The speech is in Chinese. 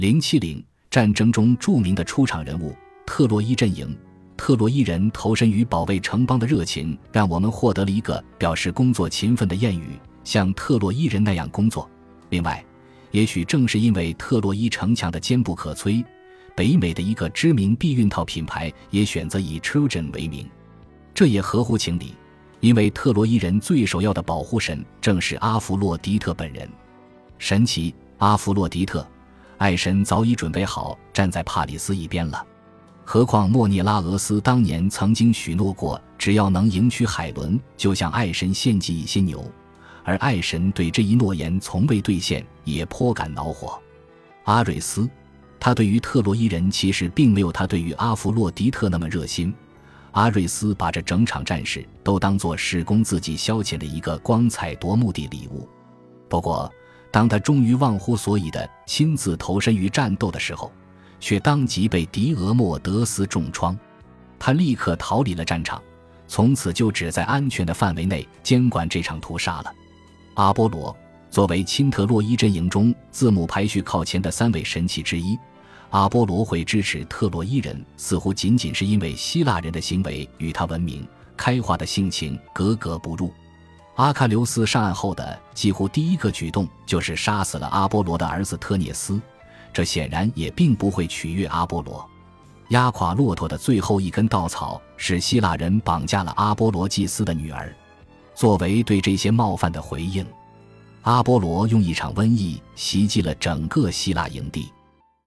070战争中著名的出场人物特洛伊阵营，特洛伊人投身于保卫城邦的热情让我们获得了一个表示工作勤奋的谚语，像特洛伊人那样工作。另外，也许正是因为特洛伊城墙的坚不可摧，北美的一个知名避孕套品牌也选择以 Trojan 为名，这也合乎情理，因为特洛伊人最首要的保护神正是阿弗洛狄特本人。神奇，阿弗洛狄特，爱神早已准备好站在帕里斯一边了。何况莫涅拉俄斯当年曾经许诺过，只要能迎娶海伦，就向爱神献祭一些牛，而爱神对这一诺言从未兑现，也颇感恼火。阿瑞斯，他对于特洛伊人其实并没有他对于阿弗洛狄特那么热心。阿瑞斯把这整场战事都当作是供自己消遣的一个光彩夺目的礼物。不过当他终于忘乎所以地亲自投身于战斗的时候，却当即被狄俄莫德斯重创。他立刻逃离了战场，从此就只在安全的范围内监管这场屠杀了。阿波罗作为亲特洛伊阵营中字母排序靠前的3位神祇之一，阿波罗会支持特洛伊人，似乎仅仅是因为希腊人的行为与他文明开化的性情格格不入。阿喀琉斯上岸后的几乎第一个举动就是杀死了阿波罗的儿子特涅斯，这显然也并不会取悦阿波罗。压垮骆驼的最后一根稻草是希腊人绑架了阿波罗祭司的女儿。作为对这些冒犯的回应，阿波罗用一场瘟疫袭击了整个希腊营地。